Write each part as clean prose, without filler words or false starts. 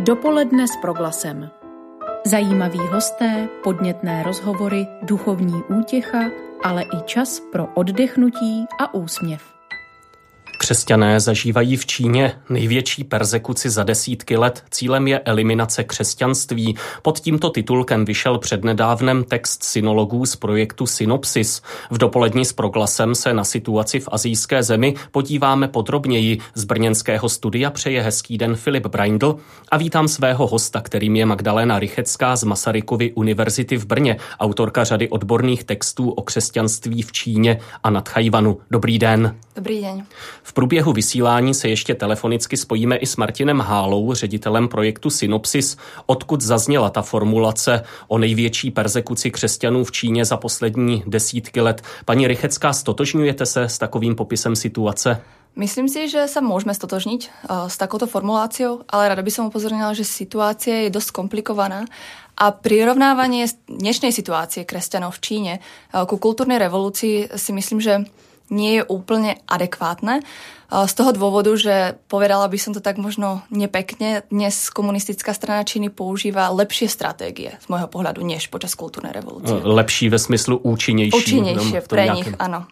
Dopoledne s Proglasem. Zajímaví hosté, podnětné rozhovory, duchovní útěcha, ale i čas pro oddechnutí a úsměv. Křesťané zažívají v Číně největší perzekuci za desítky let. Cílem je eliminace křesťanství. Pod tímto titulkem vyšel přednedávnem text synologů z projektu Synopsis. V Dopoledni s Proglasem se na situaci v asijské zemi podíváme podrobněji. Z brněnského studia přeje hezký den Filip Braindl a vítám svého hosta, kterým je Magdalena Rychecká z Masarykovy univerzity v Brně, autorka řady odborných textů o křesťanství v Číně a na Tchaj-wanu. Dobrý den. Dobrý den. V průběhu vysílání se ještě telefonicky spojíme i s Martinem Hálou, ředitelem projektu Synopsis, odkud zazněla ta formulace o největší perzekuci křesťanů v Číně za poslední desítky let. Paní Rychecká, stotožňujete se s takovým popisem situace? Myslím si, že sa môžeme stotožniť s takouto formuláciou, ale rada by som upozornila, že situácia je dosť komplikovaná a prirovnávanie dnešnej situácie kresťanov v Číne ku kultúrnej revolúcii si myslím, že nie je úplne adekvátne. Z toho dôvodu, že povedala by som to tak možno nepekne, dnes komunistická strana Číny používa lepšie stratégie z môjho pohľadu, než počas kultúrnej revolúcie. Lepší ve smyslu účinnejší. Účinnejšie pre nich, áno.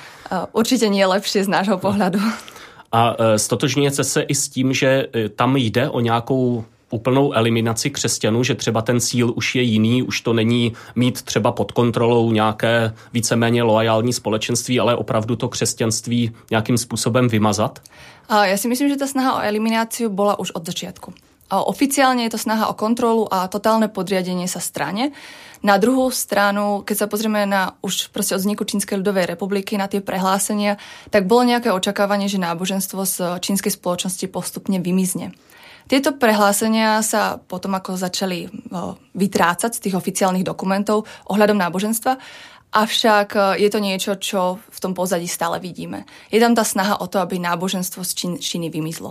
Určite nie lepšie z nášho pohľadu. A stotožňujete se i s tím, že tam jde o nějakou úplnou eliminaci křesťanů, že třeba ten cíl už je jiný, už to není mít třeba pod kontrolou nějaké víceméně loajální společenství, ale opravdu to křesťanství nějakým způsobem vymazat? Ja si myslím, že tá snaha o elimináciu bola už od začiatku. Oficiálne je to snaha o kontrolu a totálne podriadenie sa strane. Na druhú stranu, keď sa pozrieme na už proste od vzniku Čínskej ľudovej republiky, na tie prehlásenia, tak bolo nejaké očakávanie, že náboženstvo z čínskej spoločnosti postupne vymizne. Tieto prehlásenia sa potom ako začali vytrácať z tých oficiálnych dokumentov ohľadom náboženstva, avšak je to niečo, čo v tom pozadí stále vidíme. Je tam tá snaha o to, aby náboženstvo z Číny vymizlo.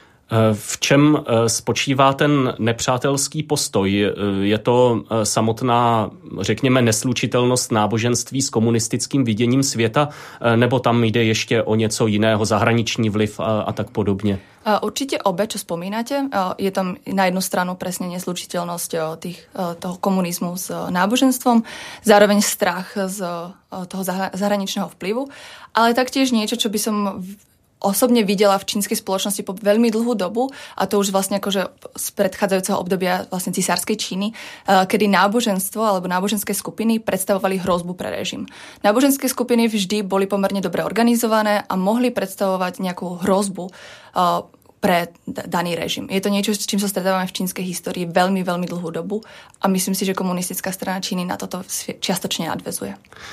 V čem spočívá ten nepřátelský postoj? Je to samotná, řekněme, neslučitelnost náboženství s komunistickým viděním světa, nebo tam jde ještě o něco jiného, zahraniční vliv a tak podobně? Určite obe, čo spomínate. Je tam na jednu stranu presne neslučiteľnosť toho komunizmu s náboženstvom, zároveň strach z toho zahraničného vplyvu, ale taktiež niečo, čo by som osobne videla v čínskej spoločnosti po veľmi dlhú dobu, a to už vlastne akože z predchádzajúceho obdobia vlastne cisárskej Číny, kedy náboženstvo alebo náboženské skupiny predstavovali hrozbu pre režim. Náboženské skupiny vždy boli pomerne dobre organizované a mohli predstavovať nejakú hrozbu pre daný režim. Je to niečo, s čím sa stretávame v čínskej histórii veľmi, veľmi dlhú dobu a myslím si, že komunistická strana Číny na toto čiastočne nadväzuje.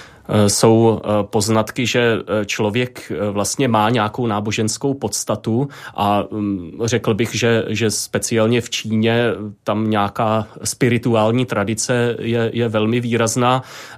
Jsou poznatky, že člověk vlastně má nějakou náboženskou podstatu a řekl bych, že speciálně v Číně tam nějaká spirituální tradice je velmi výrazná.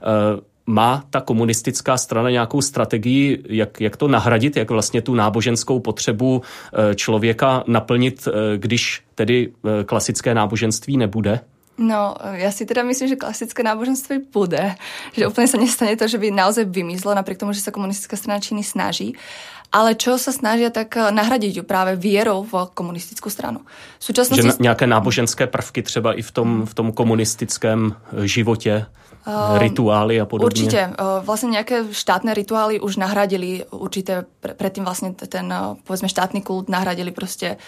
Má ta komunistická strana nějakou strategii, jak to nahradit, jak vlastně tu náboženskou potřebu člověka naplnit, když tedy klasické náboženství nebude? No, ja si teda myslím, že klasické náboženstvo bude. Že úplne sa nestane to, že by naozaj vymizlo, napriek tomu, že sa komunistická strana Číny snaží. Ale čo sa snažia, tak nahradiť ju práve vierou v komunistickú stranu. V súčasnosti... Že nějaké náboženské prvky třeba i v tom komunistickém životě, rituály a podobne. Určite. Vlastne nejaké štátne rituály už nahradili určité, predtým vlastne ten, povedzme, štátny kult nahradili proste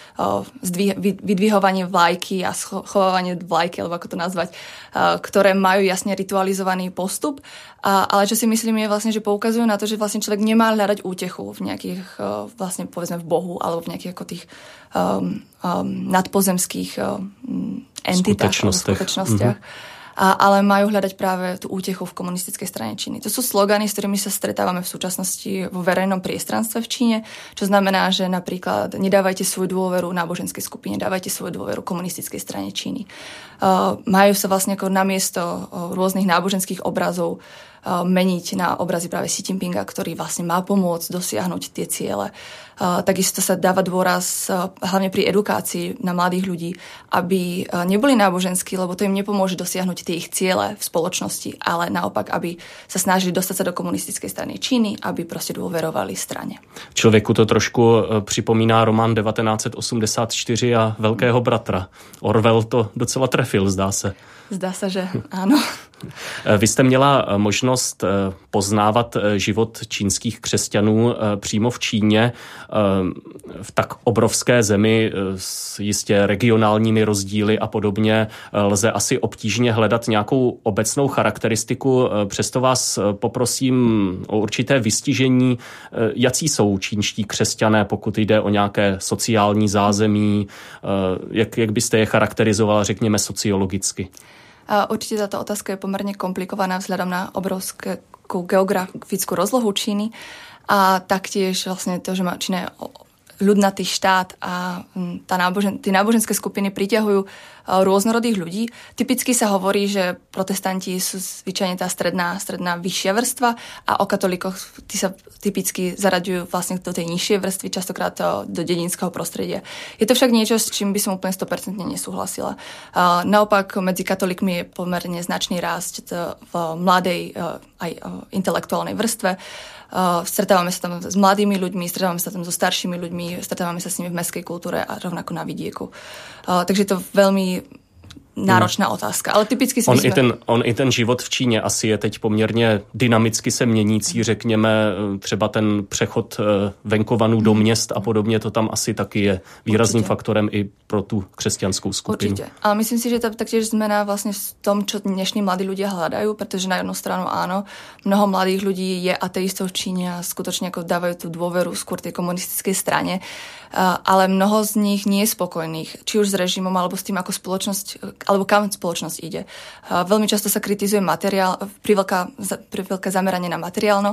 vydvihovanie vlajky a schovávanie vlajky, alebo ako to nazvať, ktoré majú jasne ritualizovaný postup. Ale čo si myslím je vlastne, že poukazujú na to, že vlastne človek nemá hľadať útechu v nejakých, vlastne povedzme v Bohu, alebo v nejakých ako tých nadpozemských entitách, skutočnostiach. Ale majú hľadať práve tú útechu v komunistickej strane Číny. To sú slogany, s ktorými sa stretávame v súčasnosti vo verejnom priestranstve v Číne, čo znamená, že napríklad nedávajte svoju dôveru náboženskej skupine, dávajte svoju dôveru komunistickej strane Číny. Majú sa vlastne ako namiesto rôznych náboženských obrazov meniť na obrazy práve Xi Jinpinga, ktorý vlastne má pomôcť dosiahnuť tie ciele. Takisto sa dáva dôraz hlavne pri edukácii na mladých ľudí, aby neboli náboženskí, lebo to im nepomôže dosiahnuť tie ich ciele v spoločnosti, ale naopak, aby sa snažili dostať sa do komunistickej strany Číny, aby proste dôverovali strane. Člověku to trošku připomíná román 1984 a Velkého bratra. Orwell to docela trefil, zdá se. Zdá se, že áno. Vy jste měla možnost poznávat život čínských křesťanů přímo v Číně, v tak obrovské zemi s jistě regionálními rozdíly a podobně. Lze asi obtížně hledat nějakou obecnou charakteristiku, přesto vás poprosím o určité vystižení, jací jsou čínští křesťané, pokud jde o nějaké sociální zázemí, jak byste je charakterizovala, řekněme, sociologicky? Určite táto otázka je pomerne komplikovaná vzhľadom na obrovskú geografickú rozlohu Číny a taktiež vlastne to, že Čína je ľudnatý štát a tie náboženské skupiny priťahujú rôznorodých ľudí. Typicky sa hovorí, že protestanti sú zvyčajne tá stredná vyššia vrstva a o katolíkoch tí sa typicky zaraďujú vlastne do tej nižšej vrstvy, častokrát do dedinského prostredia. Je to však niečo, s čím by som úplne 100% nesúhlasila. Naopak medzi katolíkmi je pomerne značný rásť v mladej aj intelektuálnej vrstve. Stretávame sa tam s mladými ľuďmi, stretávame sa tam so staršími ľuďmi, stretávame sa s nimi v mestskej kultúre a rovnako na vidieku. Takže je to veľmi náročná otázka, ale typicky si On i ten život v Číně asi je teď poměrně dynamicky se měnící, řekněme, třeba ten přechod venkovanů do měst a podobně, to tam asi taky je výrazným faktorem i pro tu křesťanskou skupinu. Určite, ale myslím si, že to taktiež zmena vlastne v tom, čo dnešní mladí ľudia hľadajú, pretože na jednu stranu áno, mnoho mladých ľudí je ateistov v Číne a skutočne ako dávajú tú dôveru skôr tej komunistickej strane, ale mnoho z nich nie je spokojných, či už s režimom, alebo s tým, ako spoločnosť, alebo kam spoločnosť ide. Veľmi často sa kritizuje materiál, veľké zameranie na materiálno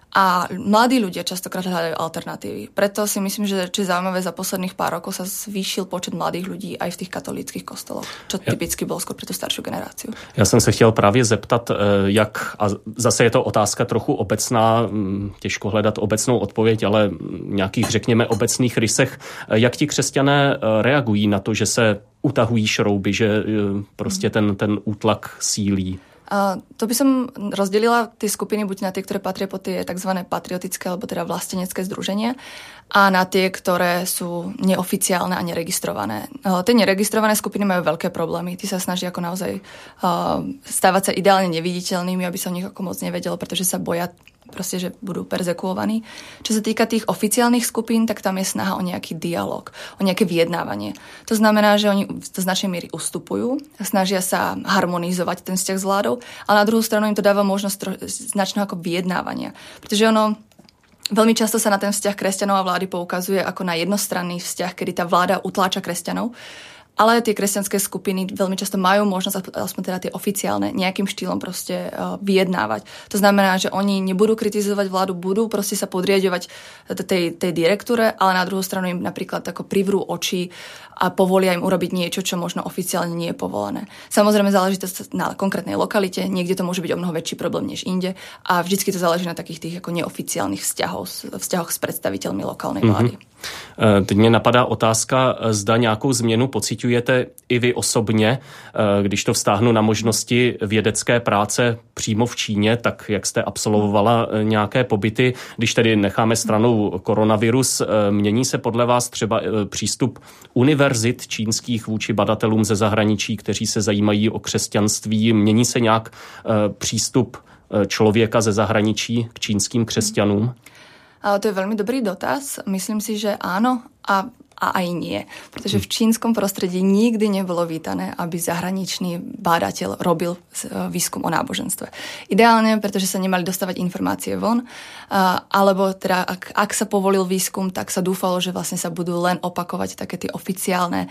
a mladí ľudia častokrát hľadajú alternatívy. Preto si myslím, že je zaujímavé, za posledných pár rokov sa zvýšil počet mladých ľudí aj v tých katolíckých kostoloch, čo typicky bolo skôr pre tú staršiu generáciu. Já jsem se chtěl právě zeptat, jak, a zase je to otázka trochu obecná, těžko hledat obecnou odpověď, ale nějakých, řekněme, obecných rysech, jak ti křesťané reagují na to, že se utahují šrouby, že prostě ten útlak sílí? To by som rozdelila tie skupiny buď na tie, ktoré patria pod tie tzv. Patriotické alebo teda vlastenecké združenia a na tie, ktoré sú neoficiálne a neregistrované. Tie neregistrované skupiny majú veľké problémy. Tí sa snažia ako naozaj stávať sa ideálne neviditeľnými, aby sa o nich ako moc nevedelo, pretože sa boja proste, že budú perzekuovaní. Čo sa týka tých oficiálnych skupín, tak tam je snaha o nejaký dialog, o nejaké vyjednávanie. To znamená, že oni do značnej miery ustupujú, snažia sa harmonizovať ten vzťah s vládou, ale na druhú stranu im to dáva možnosť značného ako vyjednávania. Pretože ono veľmi často sa na ten vzťah kresťanov a vlády poukazuje ako na jednostranný vzťah, kedy tá vláda utláča kresťanov. Ale tie kresťanské skupiny veľmi často majú možnosť, aspoň teda tie oficiálne, nejakým štýlom proste vyjednávať. To znamená, že oni nebudú kritizovať vládu, budú proste sa podriadovať tej direktúre, ale na druhú stranu im napríklad ako privrú oči a povolia im urobiť niečo, čo možno oficiálne nie je povolené. Samozrejme záleží to na konkrétnej lokalite, niekde to môže byť o mnoho väčší problém než inde a vždycky to záleží na takých tých ako neoficiálnych vzťahoch s predstaviteľmi lokálnej vlády. Teď mě napadá otázka, zda nějakou změnu pociťujete i vy osobně, když to vztáhnu na možnosti vědecké práce přímo v Číně, tak jak jste absolvovala nějaké pobyty, když tedy necháme stranou koronavirus, mění se podle vás třeba přístup univerzit čínských vůči badatelům ze zahraničí, kteří se zajímají o křesťanství, mění se nějak přístup člověka ze zahraničí k čínským křesťanům? To je veľmi dobrý dotaz. Myslím si, že áno a aj nie. Pretože v čínskom prostredí nikdy nebolo vítané, aby zahraničný bádateľ robil výskum o náboženstve. Ideálne, pretože sa nemali dostávať informácie von, alebo teda ak sa povolil výskum, tak sa dúfalo, že vlastne sa budú len opakovať také tie oficiálne,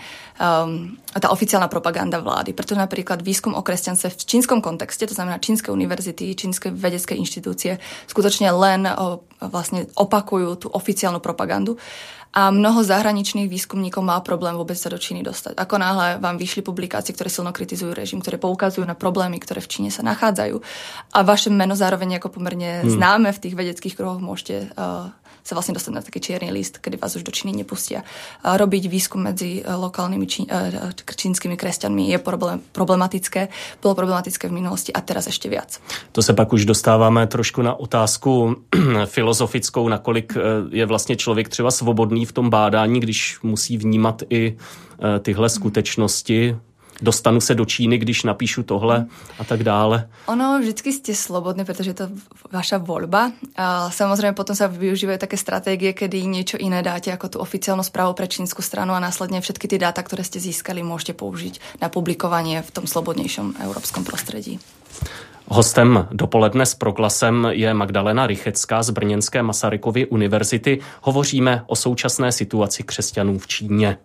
tá oficiálna propaganda vlády. Preto napríklad výskum o kresťanstve v čínskom kontexte, to znamená čínske univerzity, čínske vedecké inštitúcie, skutočne len vlastne opakujú tú oficiálnu propagandu. a mnoho zahraničných výskumníkov má problém vôbec sa do Číny dostať. Ako náhle vám vyšli publikácie, ktoré silno kritizujú režim, ktoré poukazujú na problémy, ktoré v Číne sa nachádzajú a vaše meno zároveň ako pomerne známe v tých vedeckých kruhoch, môžete sa vlastne dostať na taký čierny list, kedy vás už do Číny nepustia. Robiť výskum medzi lokálnymi čínskymi kresťanmi je problematické, bolo problematické v minulosti a teraz ešte viac. To se pak už dostáváme trošku na otázku filozofickou, nakolik je vlastně člověk třeba svobodný v tom bádání, když musí vnímat i tyhle skutečnosti. Dostanu se do Číny, když napíšu tohle a tak dále. Ono, vždycky ste slobodní, pretože je to vaša voľba. A samozrejme potom sa využívajú také stratégie, kedy niečo iné dáte ako tú oficiálnu správu pre čínsku stranu a následne všetky tie dáta, ktoré ste získali, môžete použiť na publikovanie v tom slobodnejšom európskom prostredí. Hostem dopoledne s Proglasem je Magdalena Rychecká z brněnské Masarykovy univerzity. Hovoříme o současné situaci křesťanů v Číně.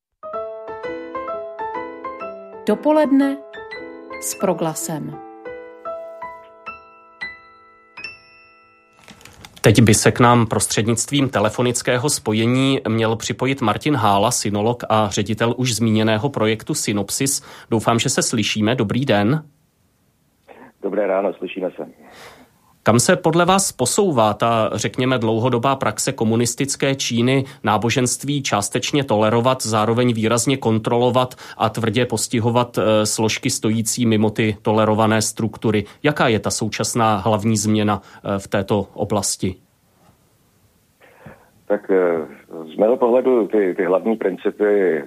Dopoledne s Proglasem. Teď by se k nám prostřednictvím telefonického spojení měl připojit Martin Hála, synolog a ředitel už zmíněného projektu Synopsis. Doufám, že se slyšíme. Dobrý den. Dobré ráno, slyšíme se. Kam se podle vás posouvá ta, řekněme, dlouhodobá praxe komunistické Číny náboženství částečně tolerovat, zároveň výrazně kontrolovat a tvrdě postihovat složky stojící mimo ty tolerované struktury? Jaká je ta současná hlavní změna v této oblasti? Tak z mého pohledu ty hlavní principy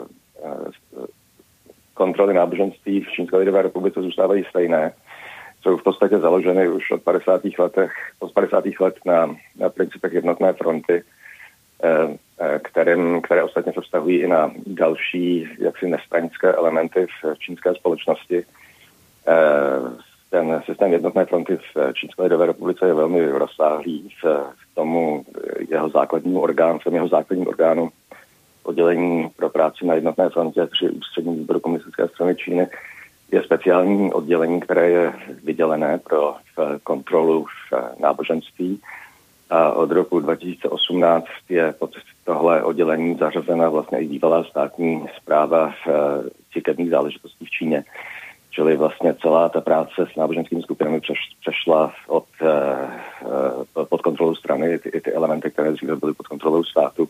kontroly náboženství v Čínské lidové republice zůstávají stejné. Jsou v podstatě založeny už od 50. let na principech jednotné fronty, které ostatně se vztahují i na další jaksi nestranické elementy v čínské společnosti. Ten systém jednotné fronty v Čínské lidové republice je velmi rozsáhlý. V tomu jeho základním orgánu oddělení pro práci na jednotné frontě při ústředním výboru komunistické strany Číny je speciální oddělení, které je vydělené pro kontrolu náboženství. A od roku 2018 je pod tohle oddělení zařazena vlastně i bývalá státní správa církevních záležitostí v Číně. Čili vlastně celá ta práce s náboženskými skupinami přešla pod kontrolou strany, ty elementy, které dříve byly pod kontrolou státu.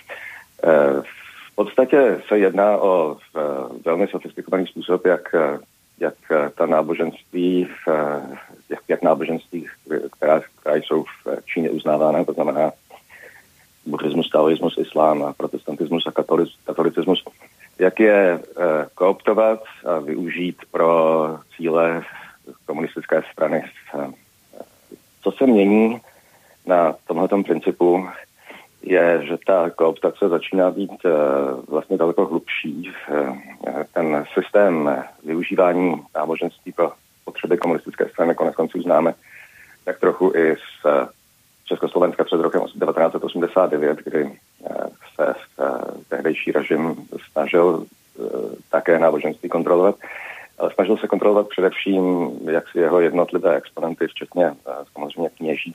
V podstatě se jedná o velmi sofistikovaný způsob, jak ta náboženství, jak náboženství, která jsou v Číně uznávána, to znamená buddhismus, taoismus, islám a protestantismus a katolicismus, jak je kooptovat a využít pro cíle komunistické strany. Co se mění na tomhletom principu, je, že ta kooptace začíná být vlastně daleko hlubší. Ten systém využívání náboženství pro potřeby komunistické strany koneckonců známe tak trochu i z Československa před rokem 1989, kdy se tehdejší režim snažil také náboženství kontrolovat, ale snažil se kontrolovat především jaksi jeho jednotlivé exponenty, včetně samozřejmě kněží.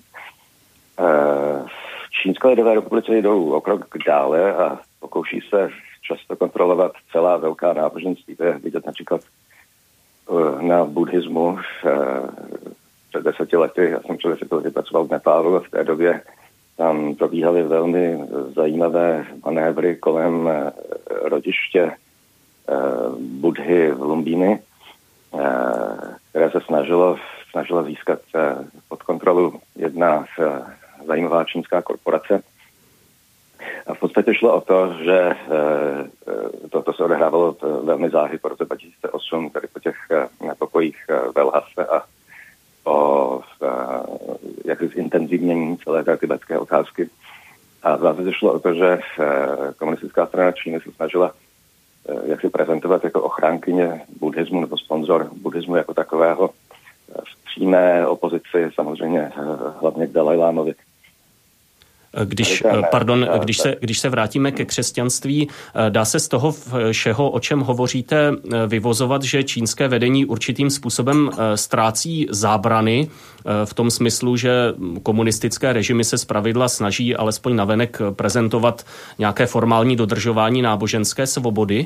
V Čínské lidové republice jdou o krok dále a pokouší se často kontrolovat celá velká náboženství. To je vidět například na buddhismu. Před 10 lety, já jsem před 10 lety pracoval v Nepálu a v té době tam probíhaly velmi zajímavé manévry kolem rodiště Buddhy v Lumbíny, které se snažila získat pod kontrolu jedna zajímavá čínská korporace. A v podstatě šlo o to, že to se odehrávalo velmi záhy po roce 2008, tady po těch nepokojích v Lhase a o jaksi zintenzivnění celé té tibetské otázky. A v zásadě šlo o to, že komunistická strana Číny se snažila jak si prezentovat jako ochránkyně buddhismu nebo sponzor buddhismu jako takového v přímé opozici samozřejmě hlavně k Dalajlámovi. Když se vrátíme ke křesťanství, dá se z toho všeho, o čem hovoříte, vyvozovat, že čínské vedení určitým způsobem ztrácí zábrany v tom smyslu, že komunistické režimy se zpravidla snaží alespoň navenek prezentovat nějaké formální dodržování náboženské svobody?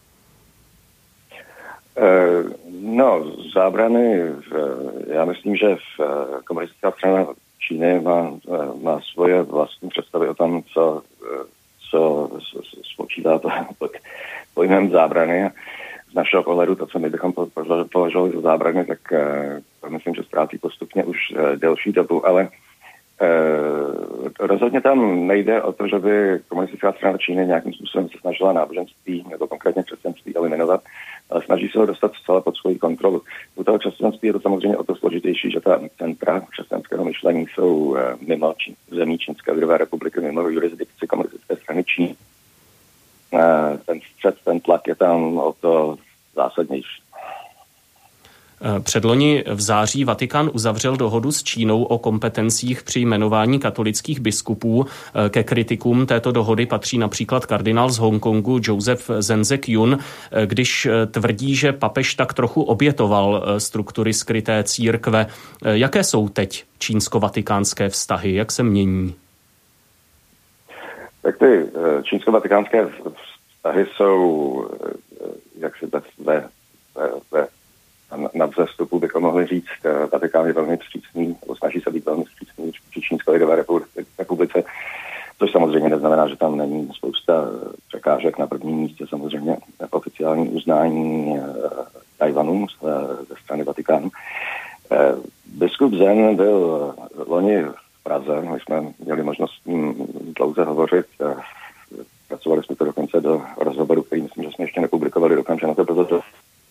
No, zábrany, já myslím, že komunistická strana Číny má svoje vlastní představy o tom, co spočítá pod pojmem zábrany. Z našeho pohledu to, co my bychom považovali za zábrany, tak myslím, že ztrácí postupně už delší dobu, ale rozhodně tam nejde o to, že by komunistická strana Číny nějakým způsobem se snažila náboženství nebo konkrétně křesťanství eliminovat, ale snaží se ho dostat zcela pod svoji kontrolu. U toho křesťanství je to samozřejmě o to složitější, že ta centra křesťanského myšlení jsou mimo zemí Čínské lidové republiky, mimo jurisdikci komunistické strany Číny. Ten střed, ten tlak je tam o to zásadnější. Předloni v září Vatikán uzavřel dohodu s Čínou o kompetencích při jmenování katolických biskupů. Ke kritikům této dohody patří například kardinál z Hongkongu Joseph Zenzek-Yun, když tvrdí, že papež tak trochu obětoval struktury skryté církve. Jaké jsou teď čínsko-vatikánské vztahy? Jak se mění? Tak ty čínsko-vatikánské vztahy jsou jaksi na vzestupu bychom mohli říct, Vatikán je velmi vstřícný, nebo snaží se být velmi vstřícný vůči Čínské lidové republice, což samozřejmě neznamená, že tam není spousta překážek. Na prvním místě samozřejmě oficiální uznání Tajvanu ze strany Vatikánu. Biskup Zen byl loni v Praze, my jsme měli možnost s ním dlouze hovořit, pracovali jsme to dokonce do rozhovoru, který myslím, že jsme ještě nepublikovali, dokonce na to bylo to.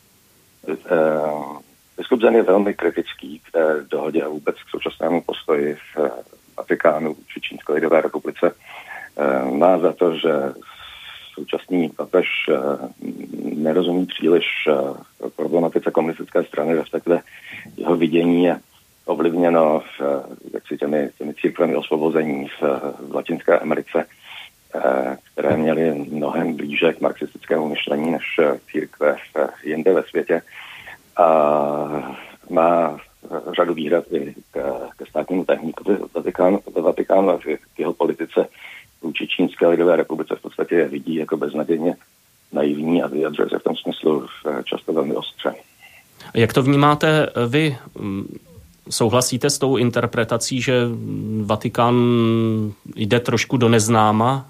Biskup Zen je velmi kritický k té dohodě a vůbec k současnému postoji v Vatikánu či Čínské lidové republice. Má za to, že současný papež nerozumí příliš problematice komunistické strany, respektive jeho vidění je ovlivněno těmi církvemi osvobození v Latinské Americe, které měly mnohem blíže k marxistickému myšlení než církve jinde ve světě. A má řadu výhrad i ke státnímu tajemníkovi Vatikánu a k jeho politice vůči Čínské lidové republice v podstatě je vidí jako beznadějně naivní a vyjadřuje se v tom smyslu často velmi ostře. Jak to vnímáte vy? Souhlasíte s tou interpretací, že Vatikán jde trošku do neznáma?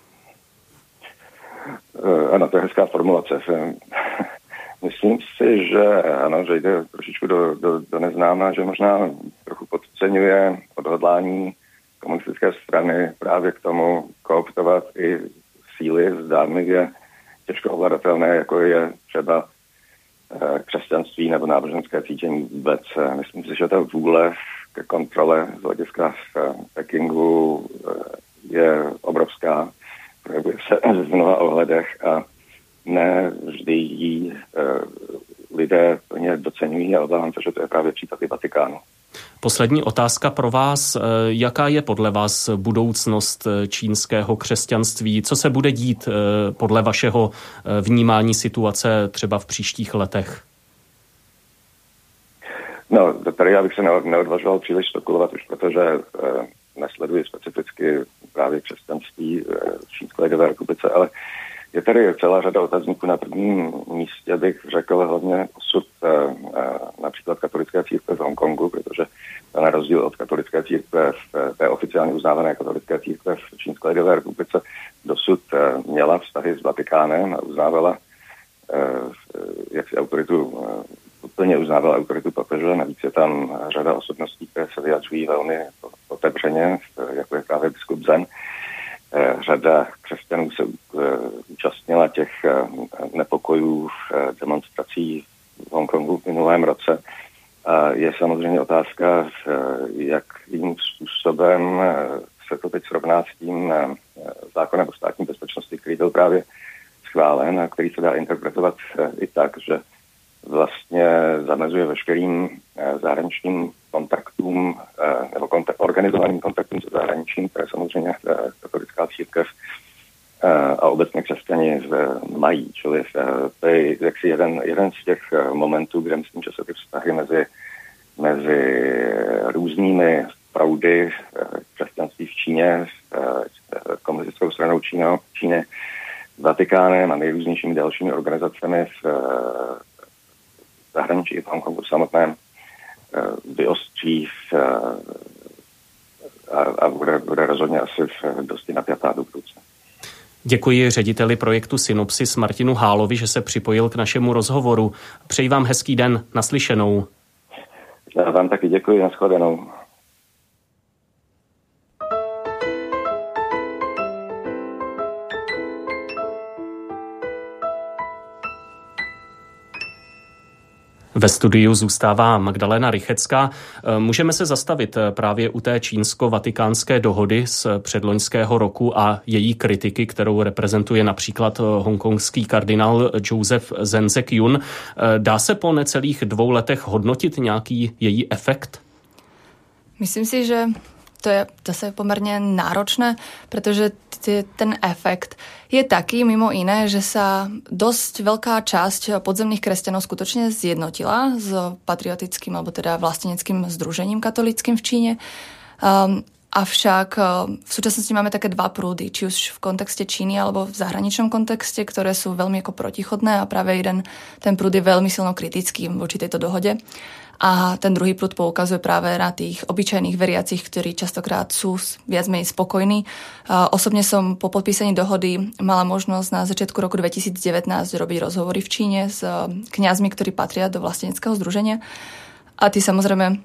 Ano, to je hezká formulace. Myslím si, že ano, že jde trošičku do neznáma, že možná trochu podceňuje odhodlání komunistické strany právě k tomu kooptovat i síly zdánlivě těžko ovladatelné, jako je třeba křesťanství nebo náboženské cítění vůbec. Myslím si, že ta vůle ke kontrole z hlediska v Pekingu je obrovská, projevuje se v mnoha ohledech a ne vždy ji lidé plně doceňují a obávám se, že to je právě případ i Vatikánu. Poslední otázka pro vás. Jaká je podle vás budoucnost čínského křesťanství? Co se bude dít podle vašeho vnímání situace třeba v příštích letech? No, tady já bych se neodvažoval příliš spekulovat, už protože nesleduji specificky právě křesťanství v Čínské lidové republice, ale je tady celá řada otazníků. Na prvním místě bych řekl hlavně osud například katolické církve v Hongkongu, protože na rozdíl od katolické církve, té oficiálně uznávané katolické církve v Čínské lidové republice dosud měla vztahy s Vatikánem a uznávala plně uznávala autoritu papeže. Navíc je tam řada osobností, které se vyjadřují velmi otevřeně, jako je právě biskup Zen. Řada křesťanů se účastnila těch nepokojů, demonstrací v Hongkongu v minulém roce. A je samozřejmě otázka, jakým způsobem se to teď srovná s tím zákonem o státní bezpečnosti, který byl právě schválen a který se dá interpretovat i tak, že vlastně zamezuje veškerým zahraničním kontaktům nebo organizovaným kontaktům se zahraničím, které samozřejmě katolická církev a obecně křesťani mají. Čili to je jaksi jeden z těch momentů, kde myslím, že se ty vztahy mezi různými proudy křesťanství v Číně, komunistickou stranou Číny, Vatikánem a nejrůznějšími dalšími organizacemi v zahraničí i v Hongkongu samotném vyostří a bude rozhodně asi dosti napjatá do budoucna. Děkuji řediteli projektu Synopsis Martinu Hálovi, že se připojil k našemu rozhovoru. Přeji vám hezký den, naslyšenou. Já vám taky děkuji, nashledanou. Ve studiu zůstává Magdalena Rychecká. Můžeme se zastavit právě u té čínsko-vatikánské dohody z předloňského roku a její kritiky, kterou reprezentuje například hongkongský kardinál Joseph Zenzek-Yun. Dá se po necelých 2 letech hodnotit nějaký její efekt? Myslím si, že to je zase pomerne náročné, pretože ten efekt je taký, mimo iné, že sa dosť veľká časť podzemných kresťanov skutočne zjednotila s patriotickým alebo teda vlasteneckým združením katolíckym v Číne. Avšak v súčasnosti máme také 2 prúdy, či už v kontexte Číny alebo v zahraničnom kontexte, ktoré sú veľmi ako protichodné a práve ten prúd je veľmi silno kritický voči tejto dohode. A ten druhý prúd poukazuje práve na tých obyčajných veriacich, ktorí častokrát sú viac menej spokojní. Osobne som po podpísaní dohody mala možnosť na začiatku roku 2019 robiť rozhovory v Číne s kňazmi, ktorí patria do vlasteneckého združenia. A tí samozrejme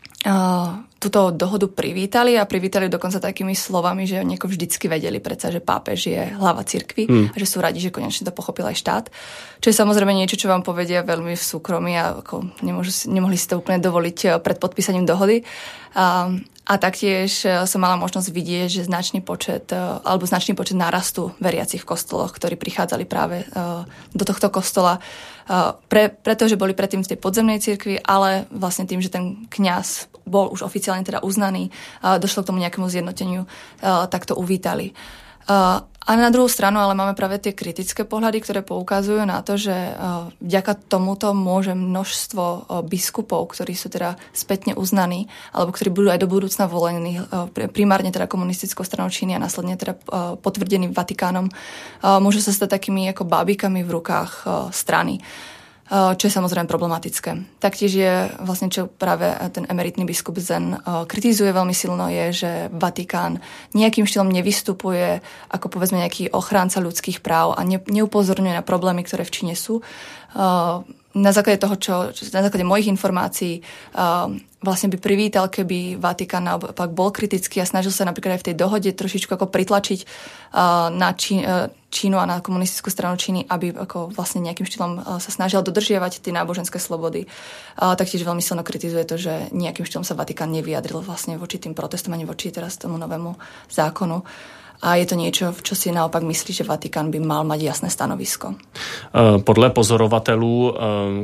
túto dohodu privítali a privítali dokonca takými slovami, že oni ako vždycky vedeli predsa, že pápež je hlava cirkvi a že sú radi, že konečne to pochopil aj štát. Čo je samozrejme niečo, čo vám povedia veľmi v súkromí a ako nemohli si to úplne dovoliť pred podpísaním dohody. A taktiež som mala možnosť vidieť, že značný počet nárastu veriacich v kostoloch, ktorí prichádzali práve do tohto kostola, pretože boli predtým v tej podzemnej cirkvi, ale vlastne tým, že ten kňaz bol už oficiálne teda uznaný, došlo k tomu nejakému zjednoteniu, tak to uvítali. A na druhú stranu ale máme práve tie kritické pohľady, ktoré poukazujú na to, že vďaka tomuto môže množstvo biskupov, ktorí sú teda spätne uznaní, alebo ktorí budú aj do budúcna volení, primárne teda komunistickou stranou Číny a následne teda potvrdení Vatikánom, môžu sa stať takými ako bábikami v rukách strany, čo je samozrejme problematické. Taktiež je vlastne, čo práve ten emeritný biskup Zen kritizuje veľmi silno, je, že Vatikán nejakým štýlom nevystupuje ako povedzme nejaký ochránca ľudských práv a neupozorňuje na problémy, ktoré v Číne sú. Na základe toho, na základe mojich informácií vlastne by privítal, keby Vatikán naopak bol kritický a snažil sa napríklad aj v tej dohode trošičku ako pritlačiť na Čínu a na komunistickú stranu Číny, aby ako vlastne nejakým štýlom sa snažil dodržiavať tie náboženské slobody. Taktiež veľmi silno kritizuje to, že nejakým štýlom sa Vatikán nevyjadril vlastne voči tým protestom ani voči teraz tomu novému zákonu. A je to niečo, čo si naopak myslí, že Vatikán by mal mať jasné stanovisko. Podle pozorovatelů,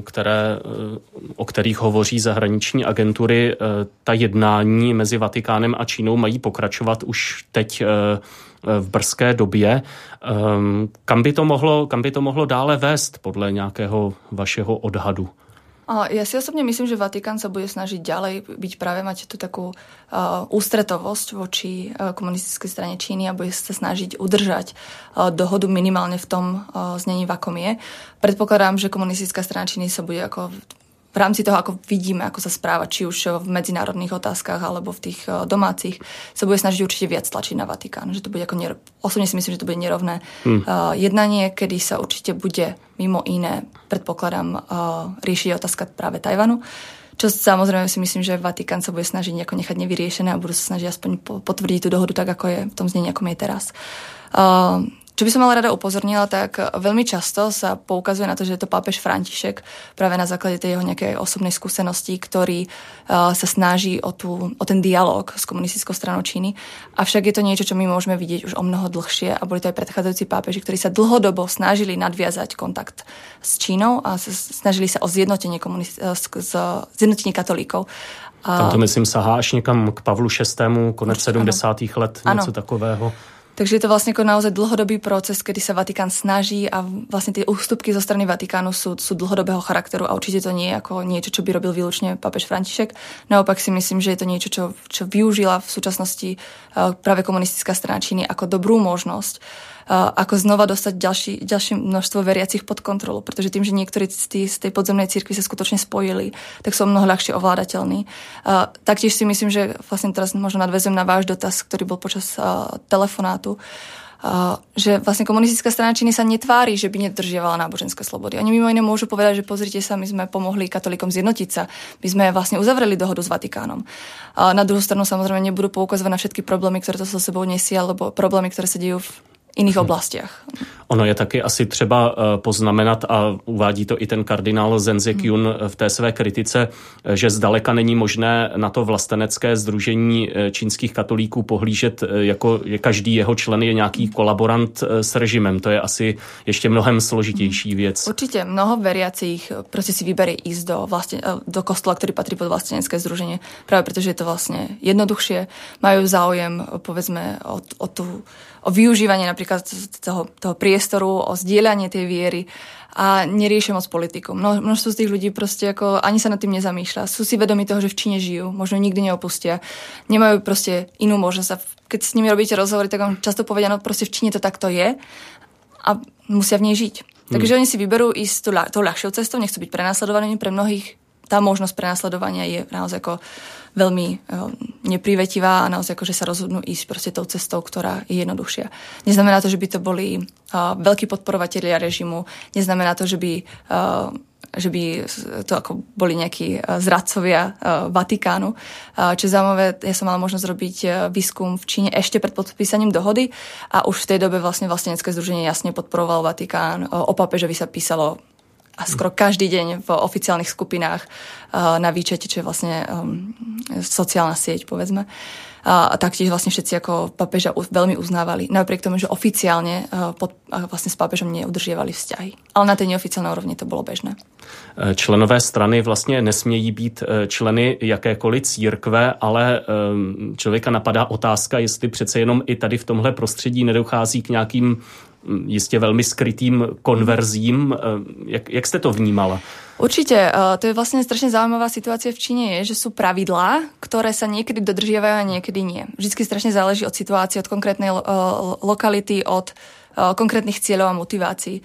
o kterých hovoří zahraniční agentury, ta jednání mezi Vatikánem a Čínou mají pokračovat už teď v brzké době. Kam by to mohlo dále vést podle nějakého vašeho odhadu? Ja si osobne myslím, že Vatikán sa bude snažiť ďalej byť práve mať tú takú ústretovosť voči komunistickej strane Číny a bude sa snažiť udržať dohodu minimálne v tom znení, v akom je. Predpokladám, že komunistická strana Číny sa bude ako v rámci toho, ako vidíme, ako sa správa, či už v medzinárodných otázkach alebo v tých domácich, sa bude snažiť určite viac tlačiť na Vatikán. Že to bude ako osobne si myslím, že to bude nerovné jednanie, kedy sa určite bude mimo iné, predpokladám, riešiť otázka práve Tajvanu. Čo samozrejme si myslím, že Vatikán sa bude snažiť nejako nechať nevyriešené a budú sa snažiť aspoň potvrdiť tú dohodu tak, ako je v tom znení, ako je teraz. Čo by som ale rada upozornila, tak veľmi často sa poukazuje na to, že je to pápež František práve na základe tej jeho nejakej osobnej skúsenosti, ktorý sa snaží o ten dialog s komunistickou stranou Číny. Avšak je to niečo, čo my môžeme vidieť už o mnoho dlhšie a boli to aj predchádzajúci pápeži, ktorí sa dlhodobo snažili nadviazať kontakt s Čínou a snažili sa o zjednotenie katolíkov. Tam to myslím sahá až někam k Pavlu VI. Konec 70. let, něco takového. Takže je to vlastne ako naozaj dlhodobý proces, kedy sa Vatikán snaží a vlastne tie ústupky zo strany Vatikánu sú dlhodobého charakteru a určite to nie je ako niečo, čo by robil výlučne pápež František. Naopak si myslím, že je to niečo, čo využila v súčasnosti práve komunistická strana Číny ako dobrú možnosť, ako znova dostať ďalšie množstvo veriacich pod kontrolu, pretože tým, že niektorí z tej podzemnej cirkvi sa skutočne spojili, tak sú mnoho ľahšie ovládateľní. Taktiež si myslím, že vlastne teraz možno nadväzujem na váš dotaz, ktorý bol počas telefonátu, že vlastne komunistická strana Číny sa netvári, že by nedržiavala náboženské slobody. Oni mimo iné môžu povedať, že pozrite sa, my sme pomohli katolíkom zjednotiť sa. My sme vlastne uzavreli dohodu s Vatikánom. Na druhú stranu samozrejme nebudú poukazovať na všetky problémy, ktoré to so sebou nesie, alebo problémy, ktoré sa dejú v iných oblastiach. Ono je taky asi třeba poznamenat, a uvádí to i ten kardinál Zenzek Jun v té své kritice, že zdaleka není možné na to vlastenecké sdružení čínských katolíků pohlížet, jako je každý jeho člen je nějaký kolaborant s režimem. To je asi ještě mnohem složitější věc. Určite mnoho veriacich proste si vyberie ísť do kostola, ktorý patrí pod vlastenecké združenie, práve pretože je to vlastne jednoduchšie, majú záujem, povedzme, o využívanie napríklad toho priestoru, o zdieľanie tej viery a neriešia moc politiku. Množstvo z tých ľudí proste ako ani sa nad tým nezamýšľa. Sú si vedomí toho, že v Číne žijú, možno nikdy neopustia. Nemajú proste inú možnosť. Keď s nimi robíte rozhovory, tak vám často povedia, no proste v Číne to takto je a musia v nej žiť. Takže oni si vyberú ísť tou ľahšou cestou, nechcú byť prenasledovaní. Pre mnohých tá možnosť prenasledovania je naozaj ako veľmi neprivetivá a naozaj ako, že sa rozhodnú ísť proste tou cestou, ktorá je jednoduchšia. Neznamená to, že by to boli veľkí podporovatelia režimu, neznamená to, že by to ako boli nejakí zradcovia Vatikánu. Čo je zaujímavé, ja som mala možnosť robiť výskum v Číne ešte pred podpísaním dohody a už v tej dobe vlastne vlastenecké združenie jasne podporovalo Vatikán. O pápežovi sa písalo a skoro každý deň v oficiálnych skupinách na výčete, čo je vlastne sociálna sieť, povedzme. A taktiež vlastne všetci ako pápeža veľmi uznávali. Napriek tomu, že oficiálne vlastne s pápežom neudržiavali vzťahy. Ale na tej neoficiálnej úrovni to bolo bežné. Členové strany vlastně nesmějí být členy jakékoliv církve, ale člověka napadá otázka, jestli přece jenom i tady v tomhle prostředí nedochází k nějakým jistě velmi skrytým konverzím. Jak jste to vnímala? Určite. To je vlastne strašne zaujímavá situácia v Číne je, že sú pravidlá, ktoré sa niekedy dodržiavajú a niekedy nie. Vždycky strašne záleží od situácie, od konkrétnej lokality, od konkrétnych cieľov a motivácií.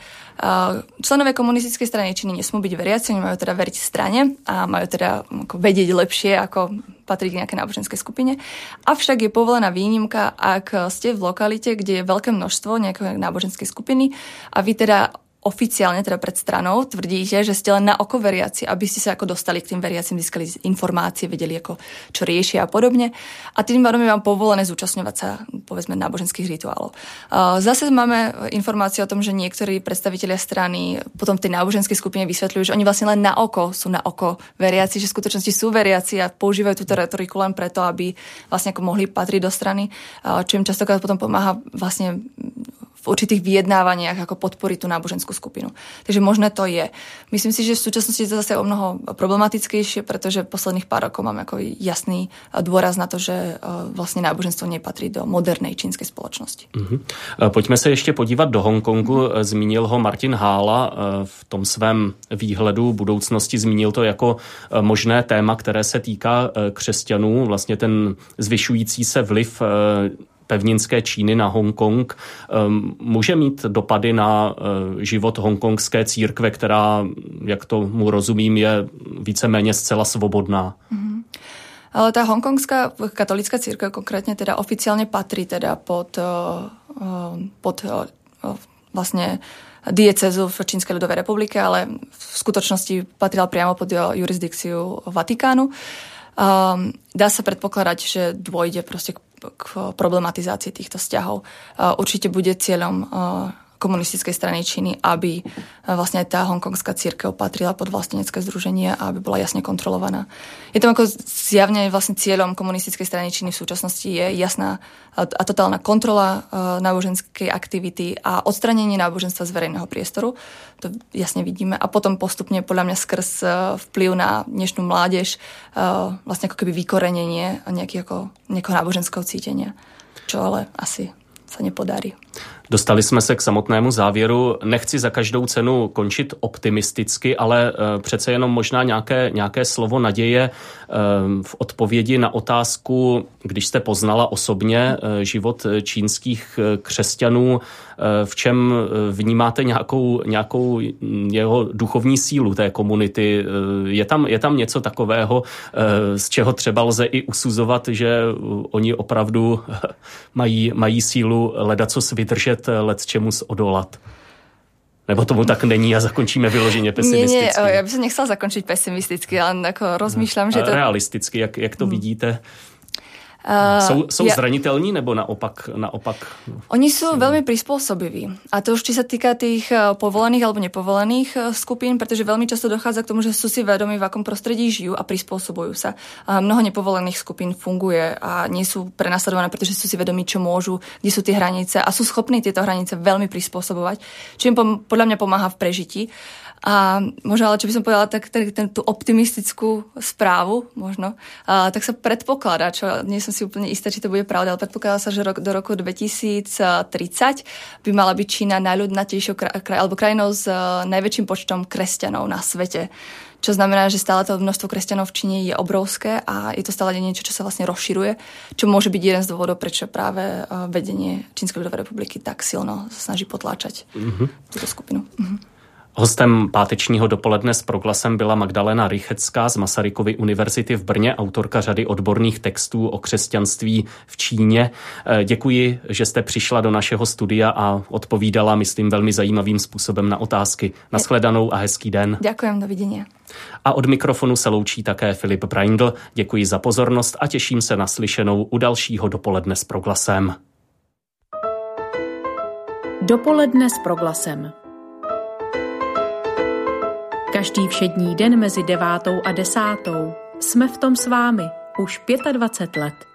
Členové komunistickej strany Číny nesmú byť veriaci, oni majú teda veriť strane a majú teda vedieť lepšie, ako patriť k nejakej náboženskej skupine. Avšak je povolená výnimka, ak ste v lokalite, kde je veľké množstvo nejakej náboženskej skupiny a vy teda oficiálne, teda pred stranou, tvrdíte, že ste len na oko veriaci, aby ste sa ako dostali k tým veriacim, získali informácie, vedeli ako čo riešia a podobne. A tým pádom je vám povolené zúčastňovať sa, povedzme, náboženských rituálov. Zase máme informácie o tom, že niektorí predstavitelia strany potom v tej náboženskej skupine vysvetľujú, že oni vlastne len na oko sú na oko veriaci, že v skutočnosti sú veriaci a používajú túto retoriku len preto, aby vlastne ako mohli patriť do strany, čo im častokrát potom pomáha vlastne v určitých vyjednávaniach, ako podporiť tú náboženskú skupinu. Takže možné to je. Myslím si, že v súčasnosti je to zase o mnoho problematickejšie, pretože posledných pár rokov máme ako jasný dôraz na to, že vlastne náboženstvo nepatrí do modernej čínskej spoločnosti. Pojďme se ještě podívat do Hongkongu. Zmínil ho Martin Hála v tom svém výhledu budoucnosti. Zmínil to jako možné téma, které se týká křesťanů. Vlastně ten zvyšující se vliv pevninské Číny na Hongkong může mít dopady na život hongkongské církve, která, jak tomu rozumím, je víceméně zcela svobodná. Ale tá hongkongská katolická církev konkrétne teda oficiálne patrí teda pod vlastne diecézu v Čínskej ľudovej republike, ale v skutočnosti patrila priamo pod jurisdikciu Vatikánu. Dá sa predpokladať, že dôjde proste k k problematizácii týchto vzťahov. Určite bude cieľom komunistickej strany Číny, aby vlastne aj tá hongkongská cirkev patrila pod vlastenecké združenie a aby bola jasne kontrolovaná. Je to ako zjavne vlastne cieľom komunistickej strany Číny v súčasnosti je jasná a totálna kontrola náboženskej aktivity a odstranenie náboženstva z verejného priestoru. To jasne vidíme. A potom postupne podľa mňa skrz vplyv na dnešnú mládež vlastne ako keby vykorenenie nejakého náboženského cítenia. Čo ale asi sa nepodarí. Dostali jsme se k samotnému závěru. Nechci za každou cenu končit optimisticky, ale přece jenom možná nějaké slovo naděje v odpovědi na otázku, když jste poznala osobně život čínských křesťanů, v čem vnímáte nějakou jeho duchovní sílu té komunity. Je tam něco takového, z čeho třeba lze i usuzovat, že oni opravdu mají sílu ledacos vydržet, lecčemus odolat? Nebo tomu tak není a zakončíme vyloženě pesimisticky? Nie, ja by som nechcela zakončiť pesimisticky, ale ako rozmýšľam, že to... Realisticky, jak to vidíte? Jsou zranitelní nebo naopak? Oni sú veľmi prispôsobiví. A to už či sa týka tých povolených alebo nepovolených skupín, pretože veľmi často dochádza k tomu, že sú si vedomí, v akom prostredí žijú a prispôsobujú sa. A mnoho nepovolených skupín funguje a nie sú prenasledované, pretože sú si vedomí, čo môžu, kde sú tie hranice a sú schopní tieto hranice veľmi prispôsobovať, čo im podľa mňa pomáha v prežití. A možno, ale čo by som povedala, tak tú optimistickú správu možno, tak sa predpokladá, čo nie som si úplne istá, či to bude pravda, ale predpokladá sa, že do roku 2030 by mala byť Čína najľudnatejšou alebo krajinou s najväčším počtom kresťanov na svete. Čo znamená, že stále to množstvo kresťanov v Číne je obrovské a je to stále niečo, čo sa vlastne rozširuje, čo môže byť jeden z dôvodov, prečo práve vedenie Čínskej ľudovej republiky tak silno sa snaží potláčať túto skupinu. Hostem pátečního dopoledne s Proglasem byla Magdalena Rychecká z Masarykovy univerzity v Brně, autorka řady odborných textů o křesťanství v Číně. Děkuji, že jste přišla do našeho studia a odpovídala, myslím, velmi zajímavým způsobem na otázky. Nashledanou a hezký den. Ďakujem, dovidenia. A od mikrofonu se loučí také Filip Braindl. Děkuji za pozornost a těším se na slyšenou u dalšího dopoledne s Proglasem. Dopoledne s Proglasem. Každý všední den mezi 9. a 10. jsme v tom s vámi už 25 let.